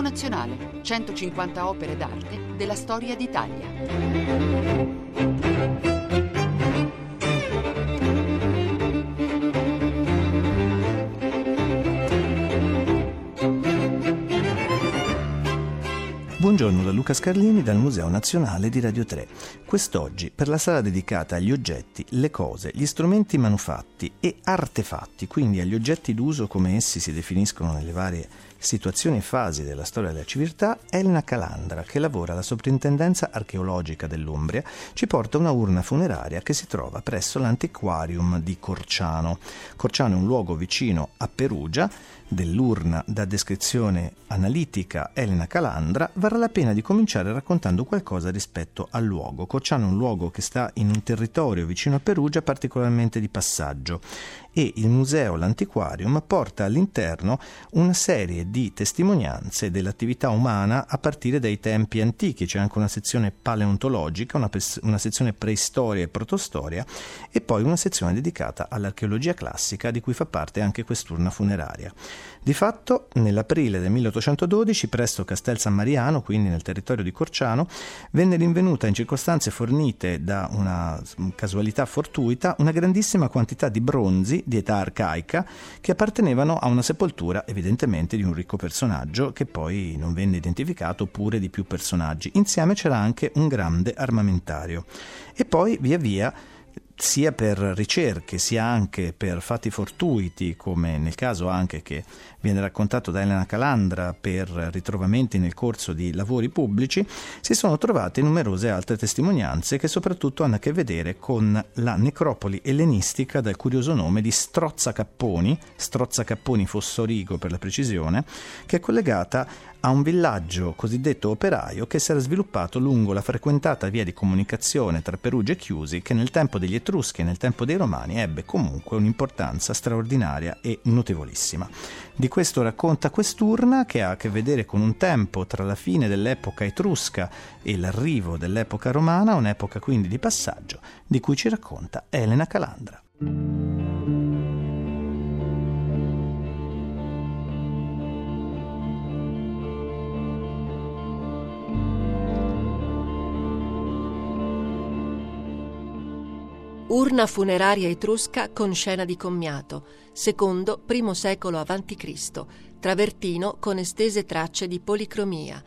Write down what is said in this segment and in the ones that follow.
Nazionale, 150 opere d'arte della storia d'Italia. Buongiorno da Luca Scarlini dal Museo Nazionale di Radio 3. Quest'oggi, per la sala dedicata agli oggetti, le cose, gli strumenti manufatti e artefatti, quindi agli oggetti d'uso come essi si definiscono nelle varie situazioni e fasi della storia della civiltà, Elena Calandra, che lavora alla Soprintendenza Archeologica dell'Umbria, ci porta una urna funeraria che si trova presso l'Antiquarium di Corciano. Corciano è un luogo vicino a Perugia. Dell'urna da descrizione analitica Elena Calandra, varrà la pena di cominciare raccontando qualcosa rispetto al luogo. Corciano è un luogo che sta in un territorio vicino a Perugia particolarmente di passaggio e il museo, l'Antiquarium, porta all'interno una serie di testimonianze dell'attività umana a partire dai tempi antichi. C'è anche una sezione paleontologica, una sezione preistoria e protostoria e poi una sezione dedicata all'archeologia classica di cui fa parte anche quest'urna funeraria. Di fatto, nell'aprile del 1812, presso Castel San Mariano, quindi nel territorio di Corciano, venne rinvenuta in circostanze fornite da una casualità fortuita una grandissima quantità di bronzi di età arcaica che appartenevano a una sepoltura evidentemente di un ricco personaggio che poi non venne identificato, oppure di più personaggi. Insieme c'era anche un grande armamentario. E poi via via, sia per ricerche sia anche per fatti fortuiti, come nel caso anche che viene raccontato da Elena Calandra per ritrovamenti nel corso di lavori pubblici, si sono trovate numerose altre testimonianze che soprattutto hanno a che vedere con la necropoli ellenistica dal curioso nome di Strozzacapponi Fossorigo per la precisione, che è collegata a un villaggio cosiddetto operaio che si era sviluppato lungo la frequentata via di comunicazione tra Perugia e Chiusi, che nel tempo degli Etruschi e nel tempo dei Romani ebbe comunque un'importanza straordinaria e notevolissima. Di questo racconta quest'urna, che ha a che vedere con un tempo tra la fine dell'epoca etrusca e l'arrivo dell'epoca romana, un'epoca quindi di passaggio, di cui ci racconta Elena Calandra. Urna funeraria etrusca con scena di commiato, secondo primo secolo a.C., travertino con estese tracce di policromia,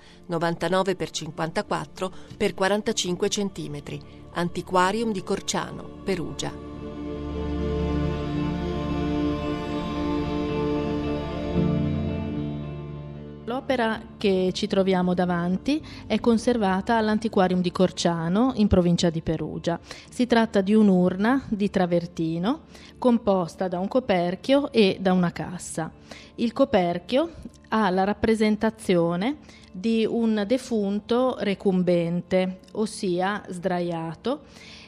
99x54 x 45 cm, Antiquarium di Corciano, Perugia. L'opera che ci troviamo davanti è conservata all'Antiquarium di Corciano, in provincia di Perugia. Si tratta di un'urna di travertino composta da un coperchio e da una cassa. Il coperchio ha la rappresentazione di un defunto recumbente, ossia sdraiato,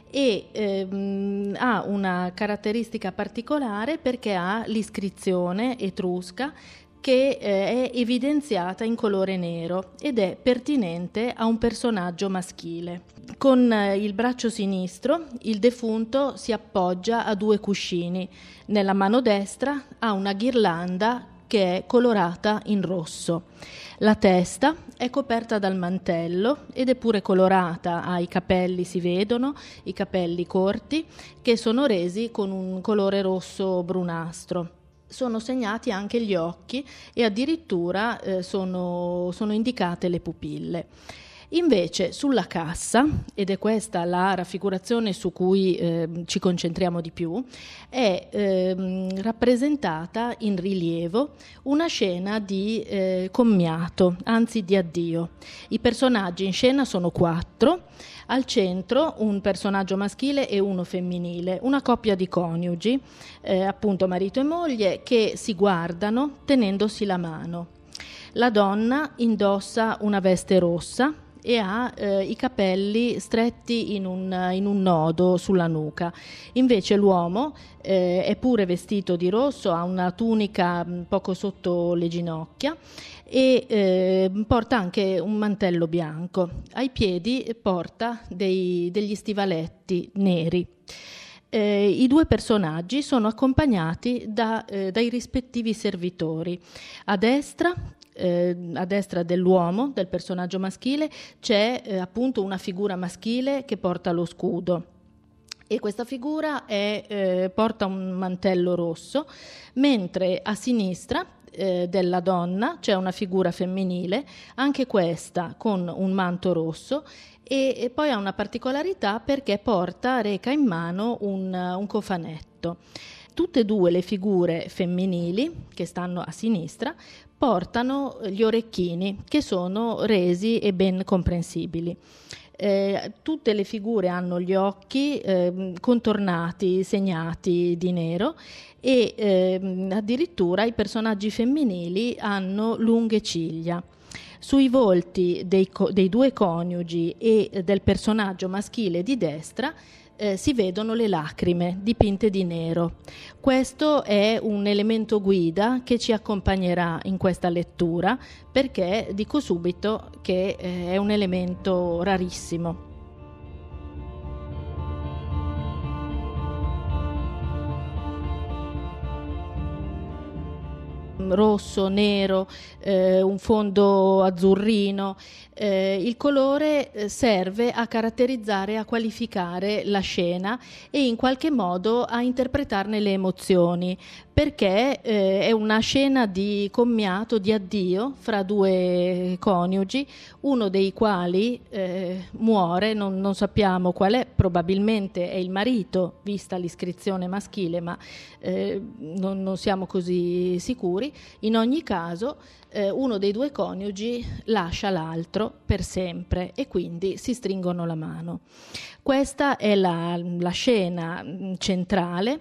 e ha una caratteristica particolare perché ha l'iscrizione etrusca che è evidenziata in colore nero ed è pertinente a un personaggio maschile. Con il braccio sinistro il defunto si appoggia a due cuscini. Nella mano destra ha una ghirlanda che è colorata in rosso. La testa è coperta dal mantello ed è pure colorata, ha i capelli, si vedono, i capelli corti, che sono resi con un colore rosso brunastro. Sono segnati anche gli occhi e addirittura sono indicate le pupille. Invece sulla cassa, ed è questa la raffigurazione su cui ci concentriamo di più, è rappresentata in rilievo una scena di commiato, anzi di addio. I personaggi in scena sono 4, al centro un personaggio maschile e uno femminile, una coppia di coniugi, appunto marito e moglie, che si guardano tenendosi la mano. La donna indossa una veste rossa e ha i capelli stretti in un nodo sulla nuca. Invece l'uomo è pure vestito di rosso, ha una tunica poco sotto le ginocchia e porta anche un mantello bianco. Ai piedi porta degli stivaletti neri. I due personaggi sono accompagnati dai rispettivi servitori. A destra a destra dell'uomo, del personaggio maschile, c'è appunto una figura maschile che porta lo scudo. E questa figura porta un mantello rosso, mentre a sinistra della donna c'è una figura femminile, anche questa con un manto rosso, e poi ha una particolarità perché reca in mano un cofanetto. Tutte e due le figure femminili che stanno a sinistra portano gli orecchini, che sono resi e ben comprensibili. Tutte le figure hanno gli occhi contornati, segnati di nero, e addirittura i personaggi femminili hanno lunghe ciglia. Sui volti dei due coniugi e del personaggio maschile di destra si vedono le lacrime dipinte di nero. Questo è un elemento guida che ci accompagnerà in questa lettura, perché dico subito che è un elemento rarissimo. Rosso, nero, un fondo azzurrino. Il colore serve a caratterizzare, a qualificare la scena e in qualche modo a interpretarne le emozioni, perché è una scena di commiato, di addio fra due coniugi, uno dei quali muore, non sappiamo qual è, probabilmente è il marito, vista l'iscrizione maschile, ma non siamo così sicuri. In ogni caso uno dei due coniugi lascia l'altro per sempre e quindi si stringono la mano. Questa è la scena centrale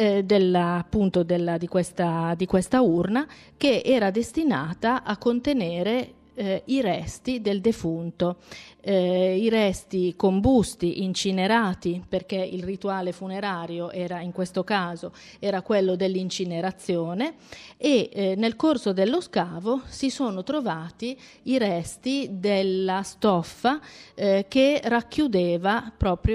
di questa urna, che era destinata a contenere i resti del defunto, i resti combusti, incinerati, perché il rituale funerario in questo caso era quello dell'incinerazione, e nel corso dello scavo si sono trovati i resti della stoffa che racchiudeva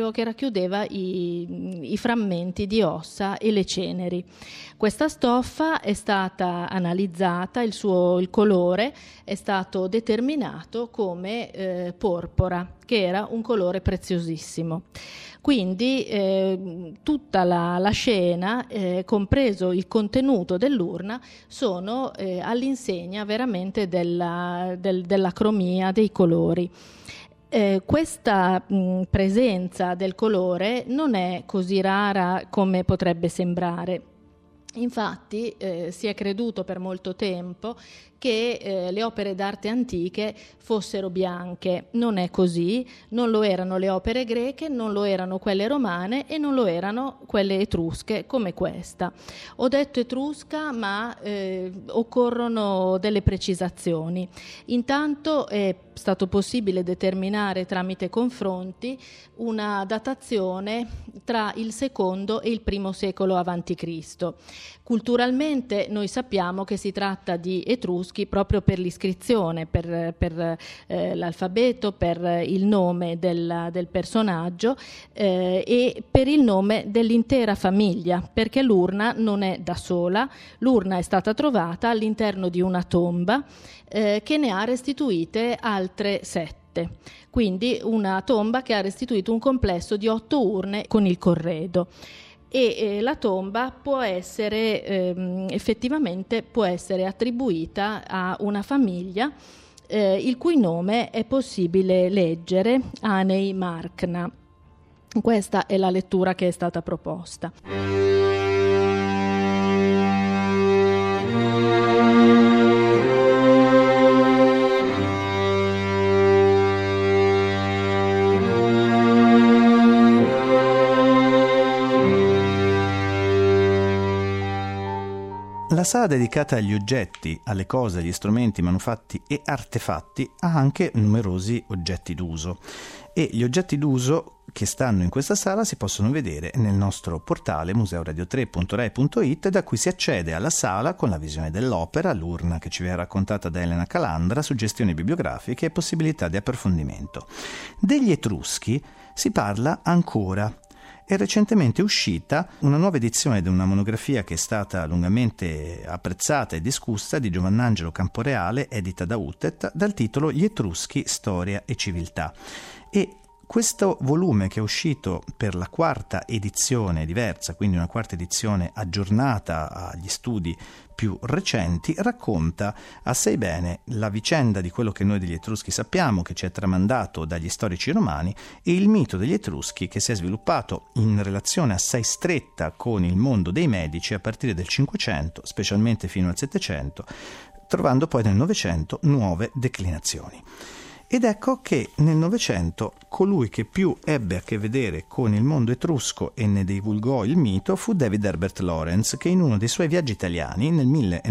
i frammenti di ossa e le ceneri. Questa stoffa è stata analizzata, il colore è stato determinato come porpora, che era un colore preziosissimo. Quindi tutta la scena, compreso il contenuto dell'urna, sono all'insegna veramente dell'acromia dei colori. Questa presenza del colore non è così rara come potrebbe sembrare. Infatti si è creduto per molto tempo che le opere d'arte antiche fossero bianche. Non è così, non lo erano le opere greche, non lo erano quelle romane e non lo erano quelle etrusche come questa. Ho detto etrusca, ma occorrono delle precisazioni. Intanto è stato possibile determinare tramite confronti una datazione tra il secondo e il primo secolo a.C. Culturalmente noi sappiamo che si tratta di etruschi proprio per l'iscrizione, per l'alfabeto, per il nome del personaggio e per il nome dell'intera famiglia, perché l'urna non è da sola, l'urna è stata trovata all'interno di una tomba che ne ha restituite altre 7. Quindi una tomba che ha restituito un complesso di 8 urne con il corredo. E la tomba può essere effettivamente attribuita a una famiglia il cui nome è possibile leggere, Anei Markna. Questa è la lettura che è stata proposta. La sala dedicata agli oggetti, alle cose, agli strumenti, manufatti e artefatti ha anche numerosi oggetti d'uso, e gli oggetti d'uso che stanno in questa sala si possono vedere nel nostro portale museoradio3.rai.it, da cui si accede alla sala con la visione dell'opera, l'urna che ci viene raccontata da Elena Calandra, suggestioni bibliografiche e possibilità di approfondimento. Degli Etruschi si parla ancora. è recentemente uscita una nuova edizione di una monografia che è stata lungamente apprezzata e discussa di Giovannangelo Camporeale, edita da UTET, dal titolo Gli Etruschi, storia e civiltà. E questo volume, che è uscito per la quarta edizione diversa, quindi una quarta edizione aggiornata agli studi più recenti, racconta assai bene la vicenda di quello che noi degli Etruschi sappiamo, che ci è tramandato dagli storici romani, e il mito degli Etruschi che si è sviluppato in relazione assai stretta con il mondo dei Medici a partire del Cinquecento, specialmente fino al Settecento, trovando poi nel Novecento nuove declinazioni. Ed ecco che nel Novecento colui che più ebbe a che vedere con il mondo etrusco e ne divulgò il mito fu David Herbert Lawrence, che in uno dei suoi viaggi italiani nel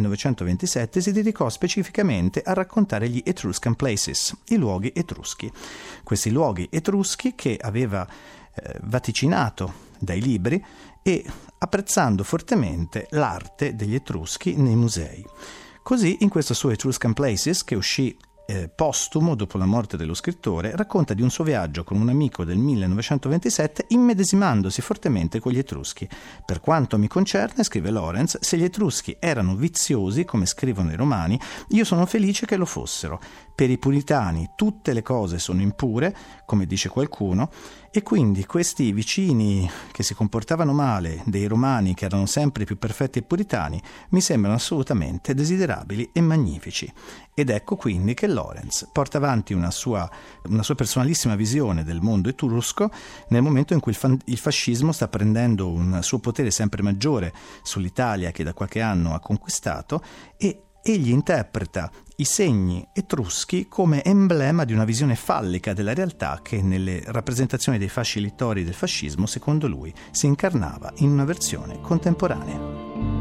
1927 si dedicò specificamente a raccontare gli Etruscan Places, i luoghi etruschi. Questi luoghi etruschi che aveva vaticinato dai libri e apprezzando fortemente l'arte degli Etruschi nei musei. Così in questo suo Etruscan Places, che uscì postumo dopo la morte dello scrittore, racconta di un suo viaggio con un amico del 1927 immedesimandosi fortemente con gli Etruschi. Per quanto mi concerne, scrive Lawrence, se gli Etruschi erano viziosi, come scrivono i Romani, io sono felice che lo fossero. Per i puritani tutte le cose sono impure, come dice qualcuno, e quindi questi vicini che si comportavano male dei Romani, che erano sempre più perfetti e puritani, mi sembrano assolutamente desiderabili e magnifici. Ed ecco quindi che Lawrence porta avanti una sua personalissima visione del mondo etrusco nel momento in cui il fascismo sta prendendo un suo potere sempre maggiore sull'Italia, che da qualche anno ha conquistato, e egli interpreta i segni etruschi come emblema di una visione fallica della realtà che nelle rappresentazioni dei fasci littori del fascismo, secondo lui, si incarnava in una versione contemporanea.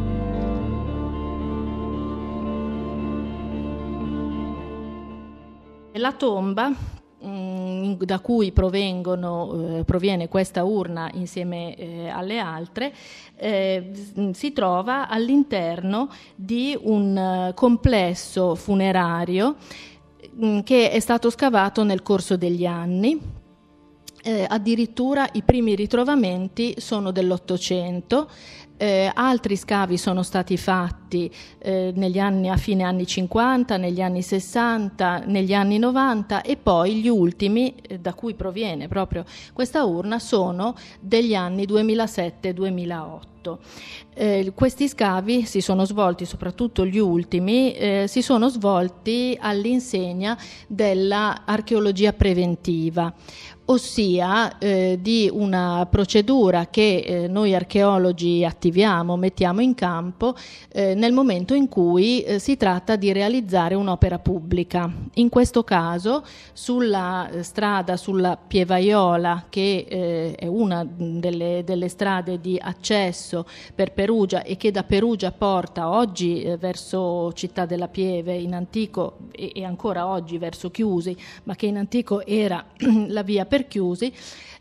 La tomba da cui proviene questa urna insieme alle altre si trova all'interno di un complesso funerario che è stato scavato nel corso degli anni. Addirittura i primi ritrovamenti sono dell'Ottocento. Altri scavi sono stati fatti a fine anni 50, negli anni 60, negli anni 90, e poi gli ultimi da cui proviene proprio questa urna sono degli anni 2007-2008. Questi scavi si sono svolti, soprattutto gli ultimi, si sono svolti all'insegna dell'archeologia preventiva, ossia di una procedura che noi archeologi mettiamo in campo nel momento in cui si tratta di realizzare un'opera pubblica. In questo caso sulla strada, sulla Pievaiola, che è una delle strade di accesso per Perugia e che da Perugia porta oggi verso Città della Pieve, in antico, e ancora oggi verso Chiusi, ma che in antico era la via per Chiusi.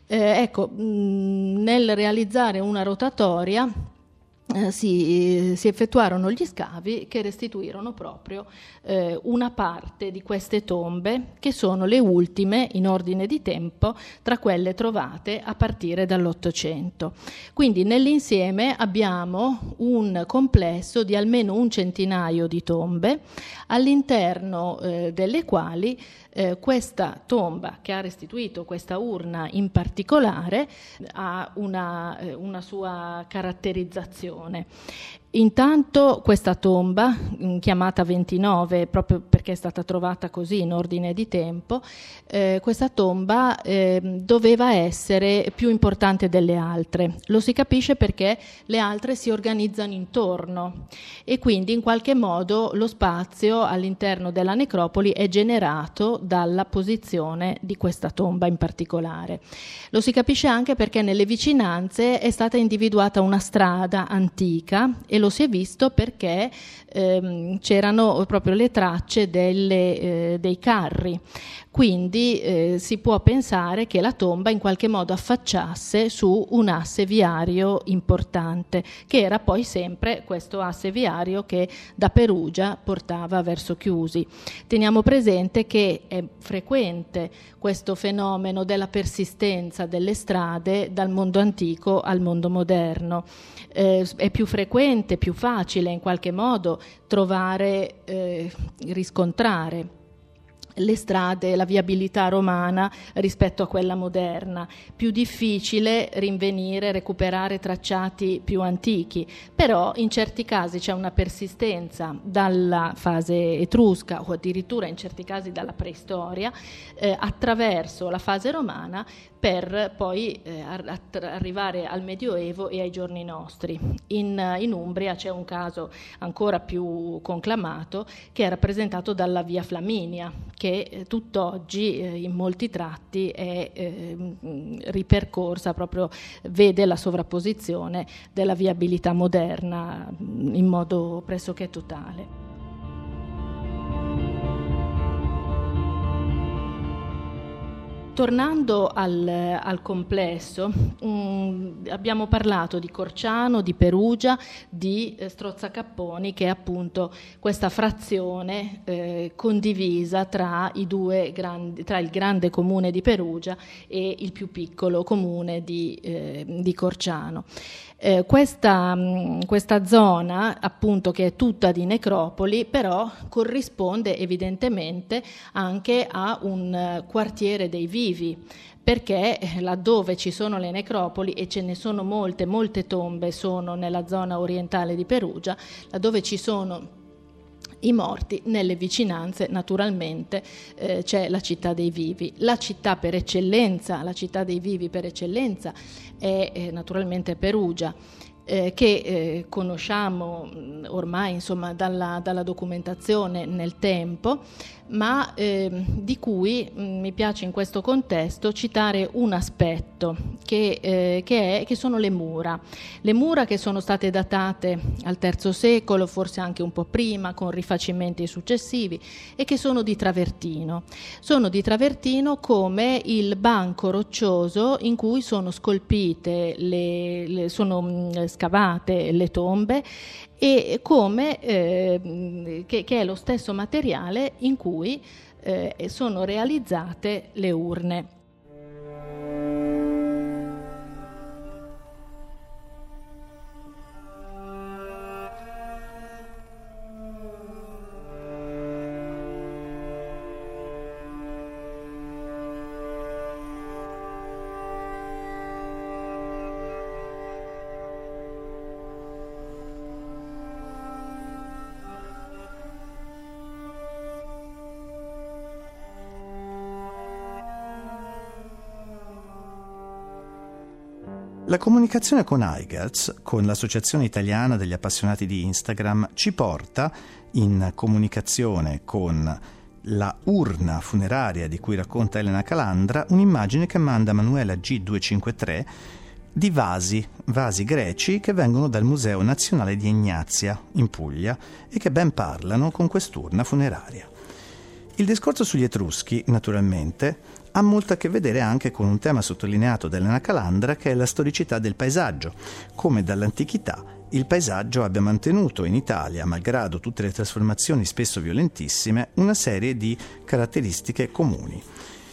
Nel realizzare una rotatoria si effettuarono gli scavi che restituirono proprio una parte di queste tombe, che sono le ultime in ordine di tempo tra quelle trovate a partire dall'Ottocento. Quindi nell'insieme abbiamo un complesso di almeno un centinaio di tombe, all'interno delle quali questa tomba, che ha restituito questa urna in particolare, ha una sua caratterizzazione. Intanto questa tomba, chiamata 29 proprio perché è stata trovata così in ordine di tempo, questa tomba doveva essere più importante delle altre. Lo si capisce perché le altre si organizzano intorno e quindi in qualche modo lo spazio all'interno della necropoli è generato dalla posizione di questa tomba in particolare. Lo si capisce anche perché nelle vicinanze è stata individuata una strada antica e lo si è visto perché c'erano proprio le tracce dei carri. Quindi si può pensare che la tomba in qualche modo affacciasse su un asse viario importante, che era poi sempre questo asse viario che da Perugia portava verso Chiusi. Teniamo presente che è frequente questo fenomeno della persistenza delle strade dal mondo antico al mondo moderno. È più frequente, più facile in qualche modo trovare, riscontrare le strade, la viabilità romana rispetto a quella moderna. Più difficile rinvenire, recuperare tracciati più antichi, però in certi casi c'è una persistenza dalla fase etrusca o addirittura in certi casi dalla preistoria attraverso la fase romana per poi arrivare al Medioevo e ai giorni nostri. In Umbria c'è un caso ancora più conclamato che è rappresentato dalla Via Flaminia, che tutt'oggi in molti tratti è ripercorsa, proprio vede la sovrapposizione della viabilità moderna in modo pressoché totale. Tornando al complesso, abbiamo parlato di Corciano, di Perugia, di Strozzacapponi, che è appunto questa frazione condivisa tra il grande comune di Perugia e il più piccolo comune di Corciano. Questa zona, appunto, che è tutta di necropoli, però corrisponde evidentemente anche a un quartiere dei vivi, perché laddove ci sono le necropoli, e ce ne sono molte tombe sono nella zona orientale di Perugia, laddove ci sono i morti, nelle vicinanze naturalmente c'è la città dei vivi. La città dei vivi per eccellenza è naturalmente Perugia, che conosciamo ormai dalla documentazione nel tempo, ma di cui mi piace in questo contesto citare un aspetto che sono le mura che sono state datate al III secolo, forse anche un po' prima, con rifacimenti successivi, e che sono di travertino come il banco roccioso in cui sono scolpite sono scavate le tombe, e come che è lo stesso materiale in cui sono realizzate le urne. La comunicazione con Eigerz, con l'Associazione Italiana degli Appassionati di Instagram, ci porta in comunicazione con la urna funeraria di cui racconta Elena Calandra, un'immagine che manda Manuela G253 di vasi greci che vengono dal Museo Nazionale di Egnazia, in Puglia, e che ben parlano con quest'urna funeraria. Il discorso sugli Etruschi, naturalmente, ha molto a che vedere anche con un tema sottolineato da Elena Calandra, che è la storicità del paesaggio, come dall'antichità il paesaggio abbia mantenuto in Italia, malgrado tutte le trasformazioni spesso violentissime, una serie di caratteristiche comuni.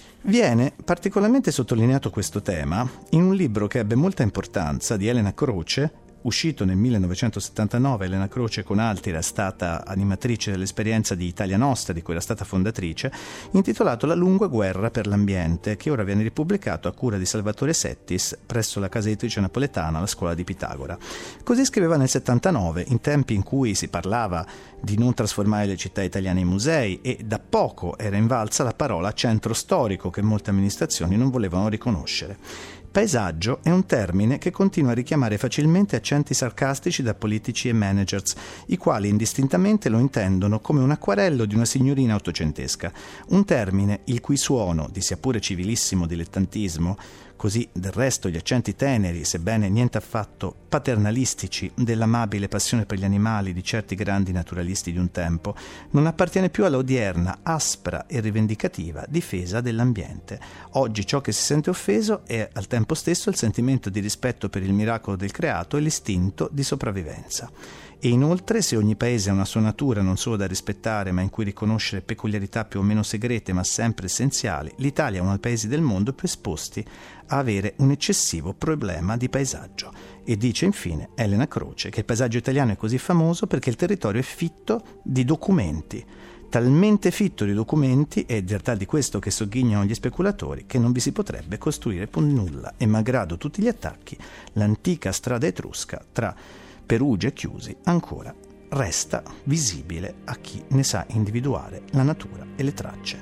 Viene particolarmente sottolineato questo tema in un libro che ebbe molta importanza di Elena Croce, uscito nel 1979. Elena Croce con altri era stata animatrice dell'esperienza di Italia Nostra, di cui era stata fondatrice, intitolato La lunga guerra per l'ambiente, che ora viene ripubblicato a cura di Salvatore Settis presso la casa editrice napoletana La Scuola di Pitagora. Così scriveva nel 79, in tempi in cui si parlava di non trasformare le città italiane in musei, e da poco era invalsa la parola centro storico, che molte amministrazioni non volevano riconoscere. Paesaggio è un termine che continua a richiamare facilmente accenti sarcastici da politici e managers, i quali indistintamente lo intendono come un acquarello di una signorina ottocentesca, un termine il cui suono, di sia pure civilissimo dilettantismo, Così, del resto, gli accenti teneri, sebbene niente affatto paternalistici, dell'amabile passione per gli animali di certi grandi naturalisti di un tempo, non appartiene più alla odierna, aspra e rivendicativa difesa dell'ambiente. Oggi ciò che si sente offeso è al tempo stesso il sentimento di rispetto per il miracolo del creato e l'istinto di sopravvivenza. E inoltre, se ogni paese ha una sua natura non solo da rispettare, ma in cui riconoscere peculiarità più o meno segrete, ma sempre essenziali, l'Italia è uno dei paesi del mondo più esposti a avere un eccessivo problema di paesaggio. E dice infine Elena Croce che il paesaggio italiano è così famoso perché il territorio è fitto di documenti, talmente fitto di documenti, ed è in realtà di questo che sogghignano gli speculatori, che non vi si potrebbe costruire più nulla, e malgrado tutti gli attacchi, l'antica strada etrusca tra Perugia e Chiusi ancora resta visibile a chi ne sa individuare la natura e le tracce.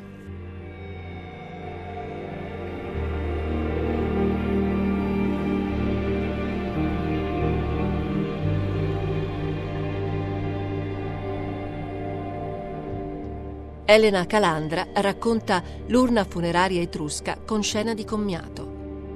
Elena Calandra racconta l'urna funeraria etrusca con scena di commiato.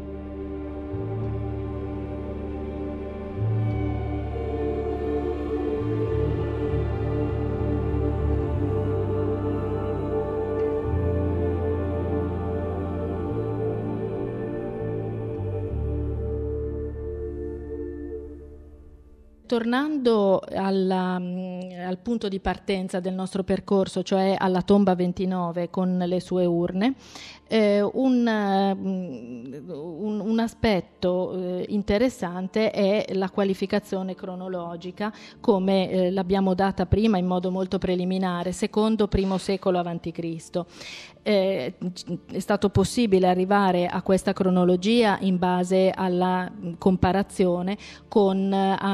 Tornando al punto di partenza del nostro percorso, cioè alla tomba 29 con le sue urne, un aspetto interessante è la qualificazione cronologica, come l'abbiamo data prima in modo molto preliminare, secondo primo secolo a.C. È stato possibile arrivare a questa cronologia in base alla comparazione con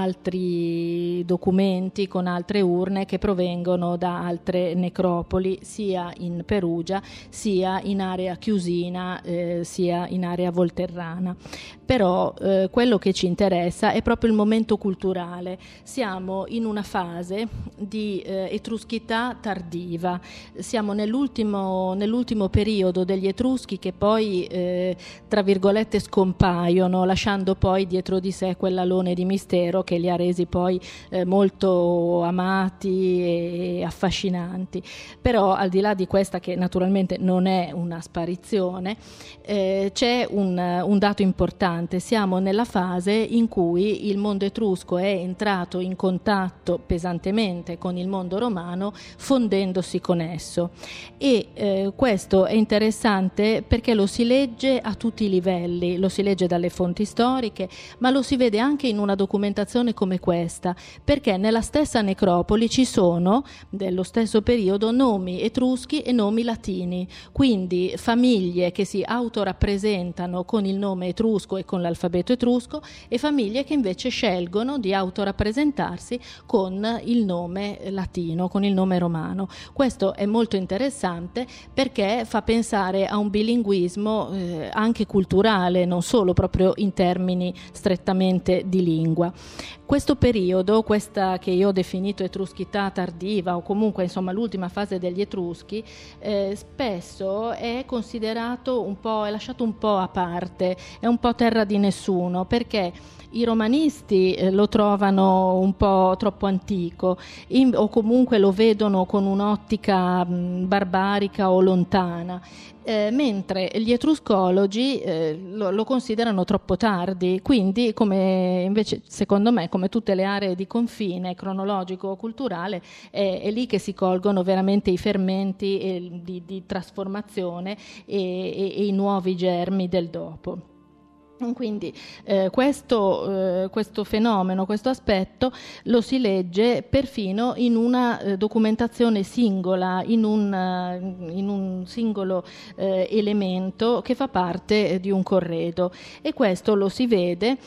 altri documenti, con altre urne che provengono da altre necropoli, sia in Perugia, sia in area chiusina, sia in area volterrana. Però quello che ci interessa è proprio il momento culturale. Siamo in una fase di etruschità tardiva, siamo nell'ultimo periodo degli Etruschi che poi tra virgolette scompaiono, lasciando poi dietro di sé quell'alone di mistero che li ha resi poi molto amati e affascinanti. Però al di là di questa, che naturalmente non è una sparizione, c'è un dato importante. Siamo nella fase in cui il mondo etrusco è entrato in contatto pesantemente con il mondo romano, fondendosi con esso, e questo è interessante perché lo si legge a tutti i livelli, lo si legge dalle fonti storiche, ma lo si vede anche in una documentazione come questa, perché nella stessa necropoli ci sono, dello stesso periodo, nomi etruschi e nomi latini, quindi famiglie che si autorappresentano con il nome etrusco e con l'alfabeto etrusco, e famiglie che invece scelgono di autorappresentarsi con il nome latino, con il nome romano. Questo è molto interessante perché fa pensare a un bilinguismo anche culturale, non solo proprio in termini strettamente di lingua. Questo periodo, questa che io ho definito etruschità tardiva, o comunque insomma l'ultima fase degli Etruschi, spesso è considerato un po', è lasciato un po' a parte, è un po' terra di nessuno, perché i romanisti lo trovano un po' troppo antico, o comunque lo vedono con un'ottica barbarica o lontana, mentre gli etruscologi lo considerano troppo tardi. Quindi, come invece secondo me, come tutte le aree di confine cronologico-culturale, è lì che si colgono veramente i fermenti di trasformazione e i nuovi germi del dopo. Quindi questo fenomeno, questo aspetto lo si legge perfino in una documentazione singola, in un singolo elemento che fa parte di un corredo, e questo lo si vede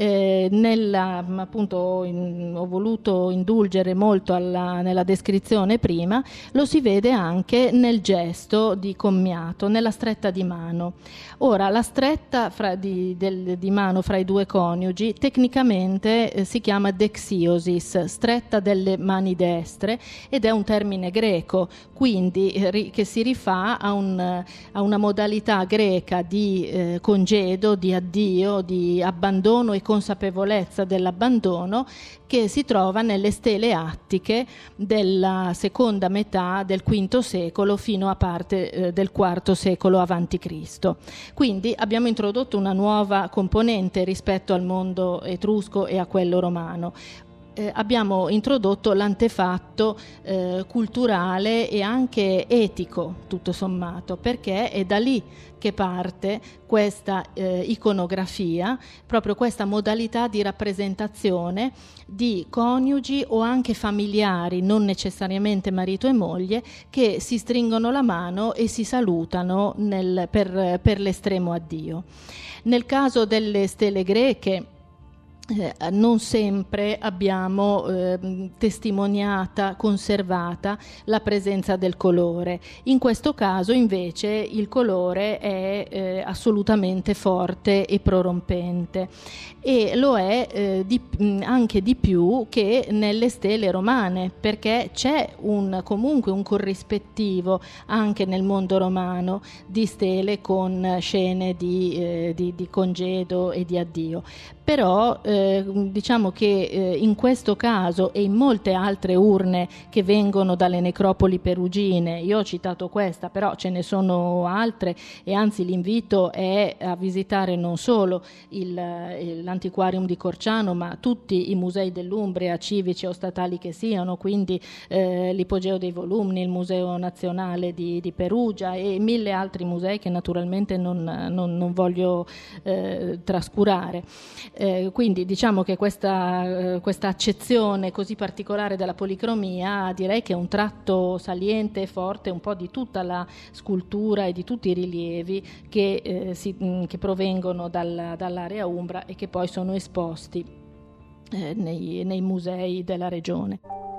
appunto ho voluto indulgere molto nella descrizione prima, lo si vede anche nel gesto di commiato, nella stretta di mano. Ora, la stretta di mano fra i due coniugi tecnicamente si chiama dexiosis, stretta delle mani destre, ed è un termine greco, quindi che si rifà a una modalità greca di congedo, di addio, di abbandono e consapevolezza dell'abbandono, che si trova nelle stele attiche della seconda metà del V secolo fino a parte del IV secolo avanti Cristo. Quindi abbiamo introdotto una nuova componente rispetto al mondo etrusco e a quello romano. Abbiamo introdotto l'antefatto culturale e anche etico, tutto sommato, perché è da lì che parte questa iconografia, proprio questa modalità di rappresentazione di coniugi o anche familiari, non necessariamente marito e moglie, che si stringono la mano e si salutano per l'estremo addio. Nel caso delle stele greche, non sempre abbiamo testimoniata, conservata la presenza del colore. In questo caso invece il colore è assolutamente forte e prorompente, e lo è anche di più che nelle stele romane, perché c'è comunque un corrispettivo anche nel mondo romano di stele con scene di congedo e di addio. Però diciamo che in questo caso e in molte altre urne che vengono dalle necropoli perugine, io ho citato questa, però ce ne sono altre, e anzi l'invito è a visitare non solo l'Antiquarium di Corciano, ma tutti i musei dell'Umbria, civici o statali che siano, quindi l'Ipogeo dei Volumni, il Museo Nazionale di Perugia e 1000 altri musei che naturalmente non voglio trascurare. Quindi diciamo che questa accezione così particolare della policromia direi che è un tratto saliente e forte un po' di tutta la scultura e di tutti i rilievi che provengono dall'area umbra e che poi sono esposti nei musei della regione.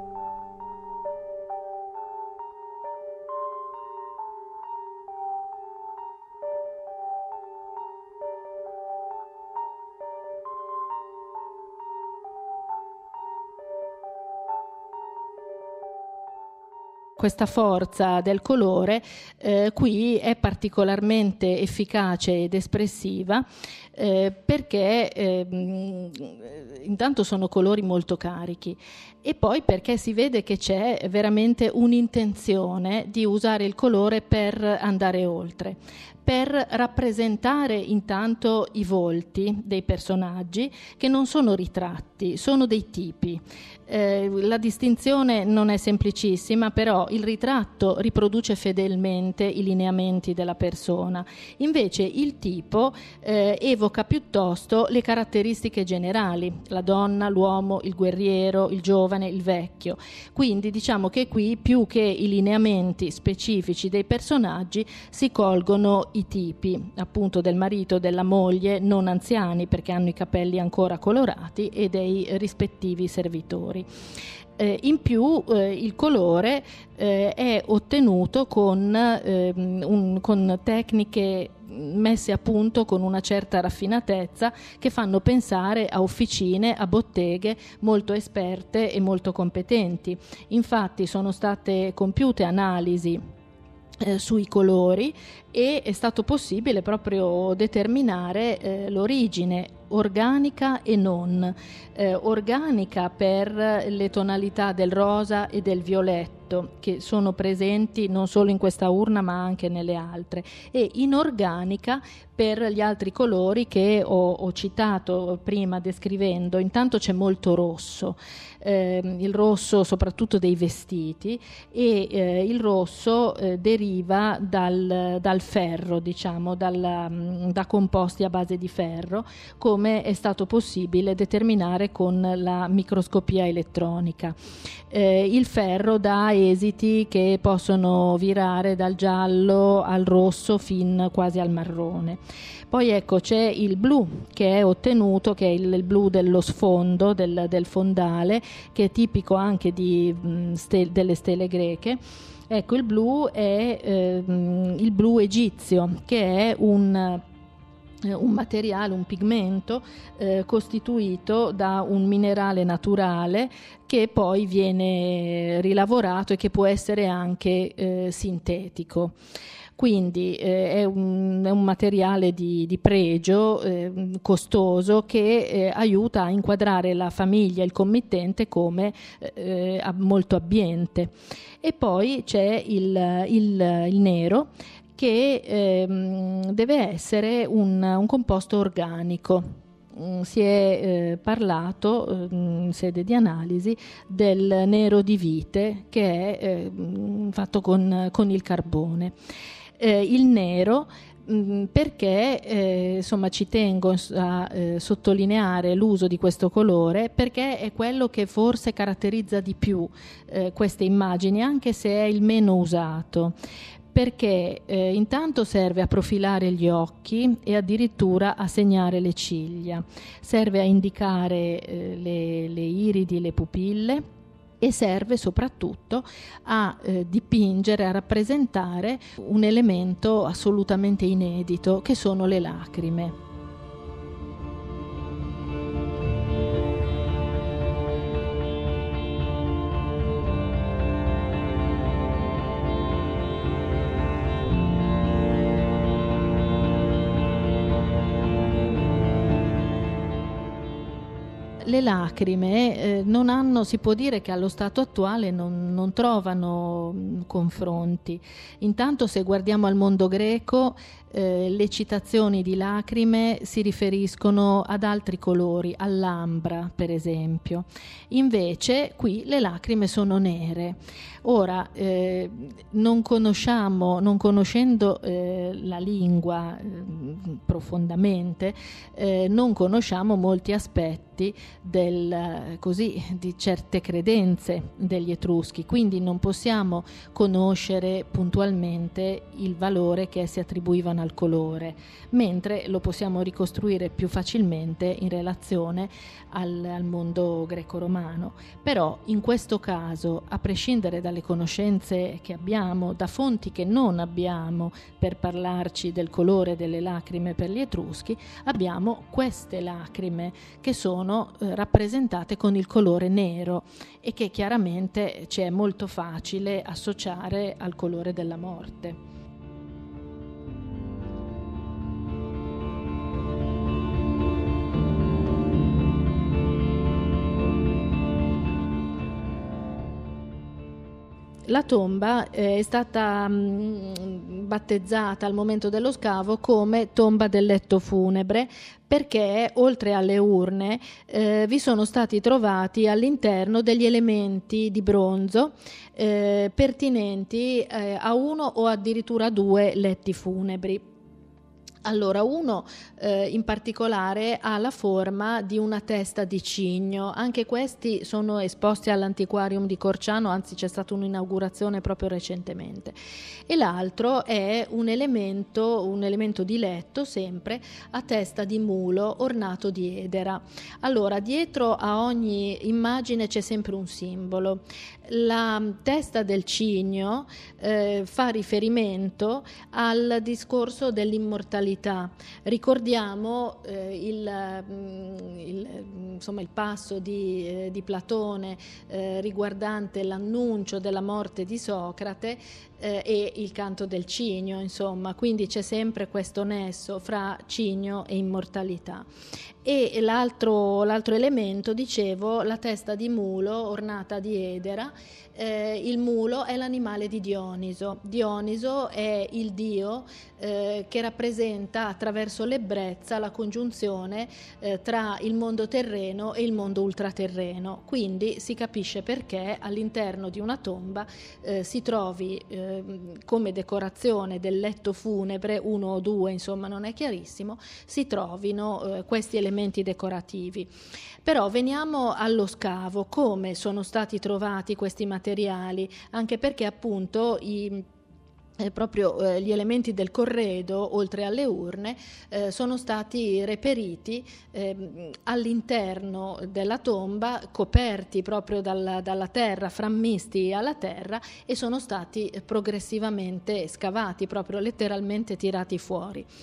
Questa forza del colore qui è particolarmente efficace ed espressiva perché intanto sono colori molto carichi, e poi perché si vede che c'è veramente un'intenzione di usare il colore per andare oltre, per rappresentare intanto i volti dei personaggi, che non sono ritratti, sono dei tipi. La distinzione non è semplicissima, però il ritratto riproduce fedelmente i lineamenti della persona, invece il tipo evoca piuttosto le caratteristiche generali, la donna, l'uomo, il guerriero, il giovane, il vecchio. Quindi diciamo che qui, più che i lineamenti specifici dei personaggi, si colgono i tipi, appunto, del marito e della moglie non anziani, perché hanno i capelli ancora colorati, e dei rispettivi servitori. In più il colore è ottenuto con tecniche messe a punto con una certa raffinatezza, che fanno pensare a officine, a botteghe molto esperte e molto competenti. Infatti sono state compiute analisi sui colori e è stato possibile proprio determinare l'origine organica e non. Organica per le tonalità del rosa e del violetto, che sono presenti non solo in questa urna ma anche nelle altre, e inorganica per gli altri colori che ho citato prima descrivendo. Intanto c'è molto rosso, il rosso soprattutto dei vestiti, e il rosso deriva dal ferro, diciamo, da composti a base di ferro, come è stato possibile determinare con la microscopia elettronica. Il ferro dà esiti che possono virare dal giallo al rosso fin quasi al marrone. Poi ecco, c'è il blu che è ottenuto, che è il blu dello sfondo, del fondale, che è tipico anche delle stele greche. Ecco, il blu è il blu egizio, che è un materiale, un pigmento costituito da un minerale naturale che poi viene rilavorato e che può essere anche sintetico. Quindi è un materiale di pregio costoso che aiuta a inquadrare la famiglia, il committente, come molto abbiente. E poi c'è il nero, che deve essere un composto organico. Si è parlato in sede di analisi del nero di vite, che è fatto con il carbone. Il nero, perché insomma ci tengo a sottolineare l'uso di questo colore, perché è quello che forse caratterizza di più queste immagini, anche se è il meno usato, perché intanto serve a profilare gli occhi e addirittura a segnare le ciglia, serve a indicare le iridi, le pupille, e serve soprattutto a dipingere, a rappresentare un elemento assolutamente inedito, che sono le lacrime. Le lacrime non hanno, si può dire che allo stato attuale non trovano confronti. Intanto, se guardiamo al mondo greco, le citazioni di lacrime si riferiscono ad altri colori, all'ambra per esempio. Invece qui le lacrime sono nere. Ora, non conoscendo la lingua profondamente, non conosciamo molti aspetti di certe credenze degli Etruschi, quindi non possiamo conoscere puntualmente il valore che essi attribuivano al colore, mentre lo possiamo ricostruire più facilmente in relazione al mondo greco-romano. Però in questo caso, a prescindere dalle conoscenze che abbiamo, da fonti che non abbiamo per parlarci del colore delle lacrime per gli Etruschi, abbiamo queste lacrime che sono rappresentate con il colore nero e che chiaramente ci è molto facile associare al colore della morte. La tomba è stata battezzata al momento dello scavo come tomba del letto funebre, perché oltre alle urne vi sono stati trovati all'interno degli elementi di bronzo pertinenti a uno o addirittura 2 letti funebri. Allora, uno in particolare ha la forma di una testa di cigno, anche questi sono esposti all'Antiquarium di Corciano, anzi c'è stata un'inaugurazione proprio recentemente, e l'altro è un elemento di letto sempre a testa di mulo ornato di edera. Allora, dietro a ogni immagine c'è sempre un simbolo. La testa del cigno fa riferimento al discorso dell'immortalità. Ricordiamo il passo di Platone riguardante l'annuncio della morte di Socrate e il canto del cigno, insomma, quindi c'è sempre questo nesso fra cigno e immortalità. E l'altro elemento, dicevo, la testa di mulo ornata di edera. Il mulo è l'animale di Dioniso. Dioniso è il dio che rappresenta attraverso l'ebbrezza la congiunzione tra il mondo terreno e il mondo ultraterreno. Quindi si capisce perché all'interno di una tomba si trovi come decorazione del letto funebre, 1 o 2, insomma non è chiarissimo, si trovino questi elementi decorativi. Però veniamo allo scavo, come sono stati trovati questi materiali, anche perché appunto proprio gli elementi del corredo, oltre alle urne, sono stati reperiti all'interno della tomba, coperti proprio dalla terra, frammisti alla terra, e sono stati progressivamente scavati, proprio letteralmente tirati fuori.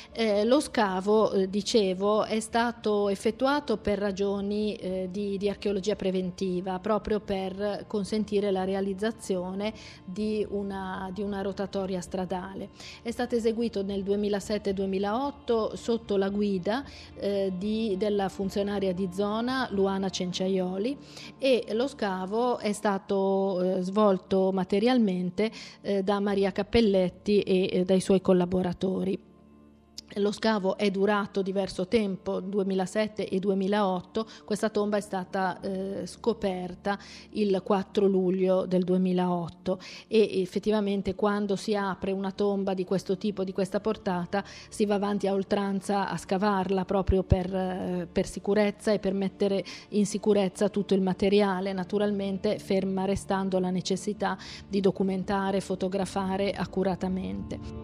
Lo scavo, dicevo, è stato effettuato per ragioni di archeologia preventiva, proprio per consentire la realizzazione di una rotatoria stradale. È stato eseguito nel 2007-2008 sotto la guida della funzionaria di zona Luana Cenciaioli, e lo scavo è stato svolto materialmente da Maria Cappelletti e dai suoi collaboratori. Lo scavo è durato diverso tempo, 2007 e 2008. Questa tomba è stata scoperta il 4 luglio del 2008 e effettivamente quando si apre una tomba di questo tipo, di questa portata, si va avanti a oltranza a scavarla proprio per sicurezza e per mettere in sicurezza tutto il materiale, naturalmente ferma restando la necessità di documentare, fotografare accuratamente.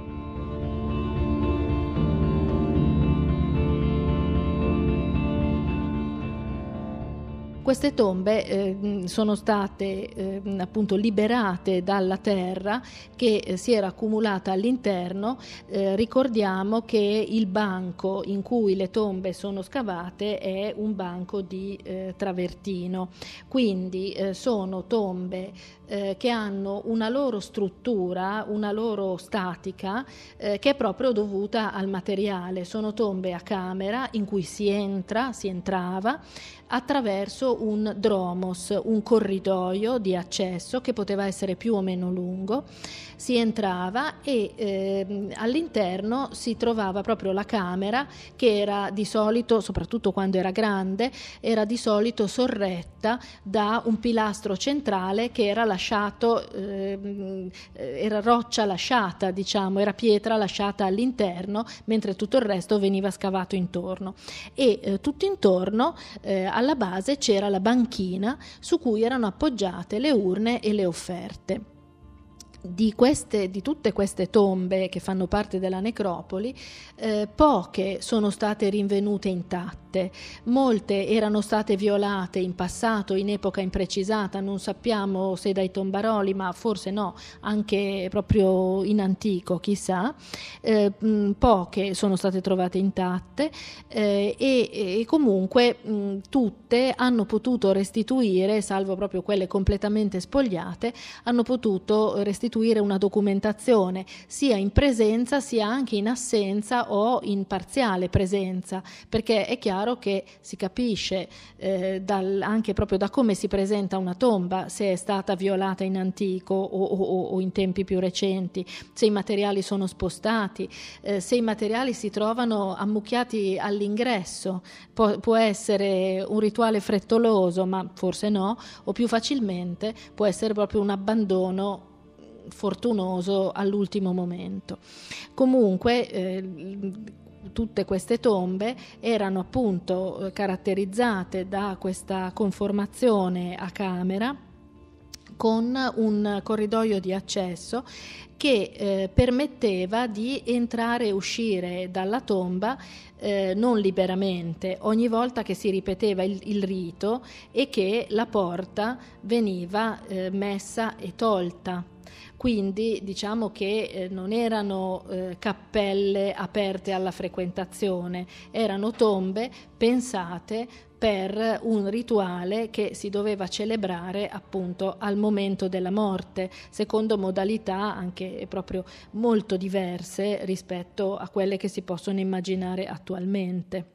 Queste tombe sono state appunto liberate dalla terra che si era accumulata all'interno. Ricordiamo che il banco in cui le tombe sono scavate è un banco di travertino, quindi sono tombe che hanno una loro struttura, una loro statica che è proprio dovuta al materiale. Sono tombe a camera in cui si entrava attraverso un dromos, un corridoio di accesso che poteva essere più o meno lungo. Si entrava e all'interno si trovava proprio la camera, che era di solito, soprattutto quando era grande, era di solito sorretta da un pilastro centrale che era lasciato, era roccia lasciata, diciamo, era pietra lasciata all'interno, mentre tutto il resto veniva scavato intorno. E tutto intorno alla base c'era la banchina su cui erano appoggiate le urne e le offerte. Di tutte queste tombe che fanno parte della necropoli, poche sono state rinvenute intatte, molte erano state violate in passato, in epoca imprecisata, non sappiamo se dai tombaroli, ma forse no, anche proprio in antico, chissà. Poche sono state trovate intatte e comunque tutte hanno potuto restituire, salvo proprio quelle completamente spogliate, hanno potuto restituire una documentazione sia in presenza sia anche in assenza o in parziale presenza, perché è chiaro che si capisce anche proprio da come si presenta una tomba se è stata violata in antico o in tempi più recenti, se i materiali sono spostati, se i materiali si trovano ammucchiati all'ingresso. Può essere un rituale frettoloso, ma forse no, o più facilmente può essere proprio un abbandono fortunoso all'ultimo momento. Comunque tutte queste tombe erano appunto caratterizzate da questa conformazione a camera con un corridoio di accesso che permetteva di entrare e uscire dalla tomba non liberamente, ogni volta che si ripeteva il rito e che la porta veniva messa e tolta. Quindi diciamo che non erano cappelle aperte alla frequentazione, erano tombe pensate per un rituale che si doveva celebrare appunto al momento della morte, secondo modalità anche proprio molto diverse rispetto a quelle che si possono immaginare attualmente.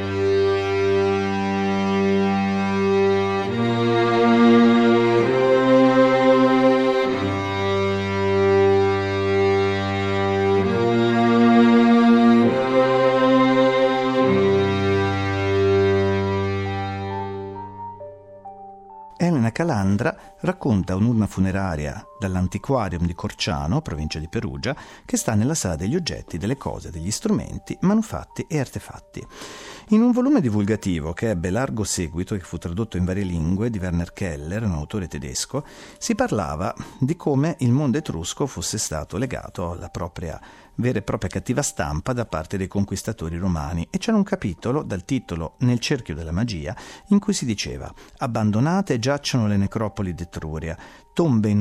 Calandra racconta un'urna funeraria dall'Antiquarium di Corciano, provincia di Perugia, che sta nella sala degli oggetti, delle cose, degli strumenti, manufatti e artefatti. In un volume divulgativo che ebbe largo seguito e che fu tradotto in varie lingue di Werner Keller, un autore tedesco, si parlava di come il mondo etrusco fosse stato legato alla vera e propria cattiva stampa da parte dei conquistatori romani, e c'era un capitolo dal titolo Nel cerchio della magia in cui si diceva: abbandonate giacciono le necropoli d'Etruria, tombe innumerevoli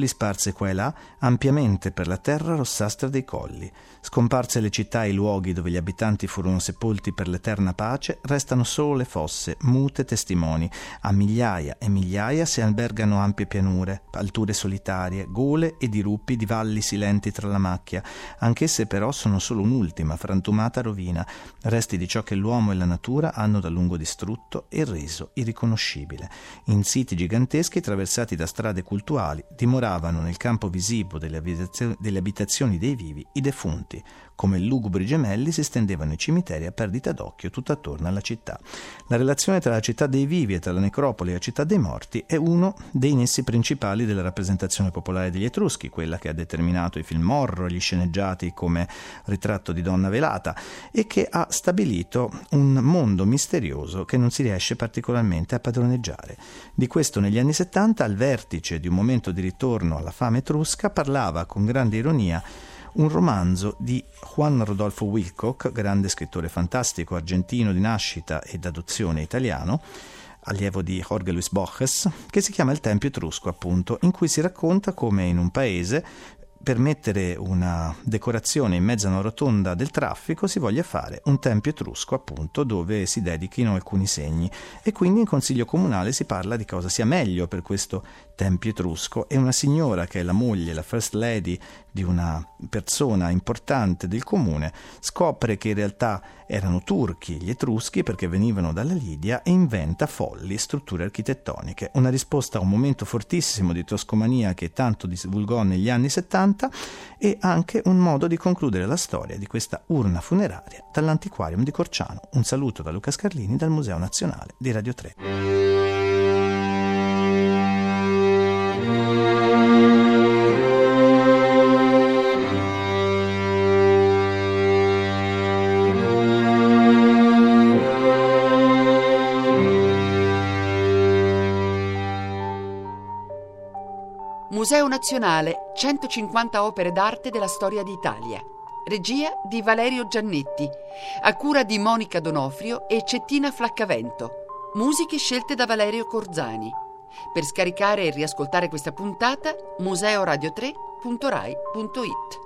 angoli sparse qua e là, ampiamente per la terra rossastra dei colli. Scomparse le città e i luoghi dove gli abitanti furono sepolti per l'eterna pace, restano solo le fosse, mute testimoni. A migliaia e migliaia si albergano ampie pianure, alture solitarie, gole e diruppi di valli silenti tra la macchia. Anch'esse però sono solo un'ultima, frantumata rovina, resti di ciò che l'uomo e la natura hanno da lungo distrutto e reso irriconoscibile. In siti giganteschi traversati da strade cultuali dimoravano nel campo visivo delle abitazioni dei vivi i defunti. Come lugubri gemelli si stendevano i cimiteri a perdita d'occhio tutto attorno alla città. La relazione tra la città dei vivi e tra la necropoli e la città dei morti è uno dei nessi principali della rappresentazione popolare degli Etruschi, quella che ha determinato i film horror, gli sceneggiati come Ritratto di donna velata, e che ha stabilito un mondo misterioso che non si riesce particolarmente a padroneggiare. Di questo negli anni 70, al vertice di un momento di ritorno alla fama etrusca, parlava con grande ironia un romanzo di Juan Rodolfo Wilcock, grande scrittore fantastico argentino di nascita ed adozione italiano, allievo di Jorge Luis Borges, che si chiama Il Tempio Etrusco, appunto, in cui si racconta come in un paese, per mettere una decorazione in mezzo a una rotonda del traffico, si voglia fare un tempio etrusco, appunto, dove si dedichino alcuni segni, e quindi in consiglio comunale si parla di cosa sia meglio per questo tempio etrusco, e una signora che è la moglie, la first lady di una persona importante del comune, scopre che in realtà erano turchi gli etruschi perché venivano dalla Lidia, e inventa folli strutture architettoniche, una risposta a un momento fortissimo di toscomania che tanto divulgò negli anni 70, e anche un modo di concludere la storia di questa urna funeraria dall'Antiquarium di Corciano. Un saluto da Luca Scarlini dal Museo Nazionale di Radio 3. Museo Nazionale, 150 opere d'arte della storia d'Italia. Regia di Valerio Giannetti, a cura di Monica Donofrio e Cettina Flaccavento. Musiche scelte da Valerio Corzani. Per scaricare e riascoltare questa puntata, museoradio3.rai.it.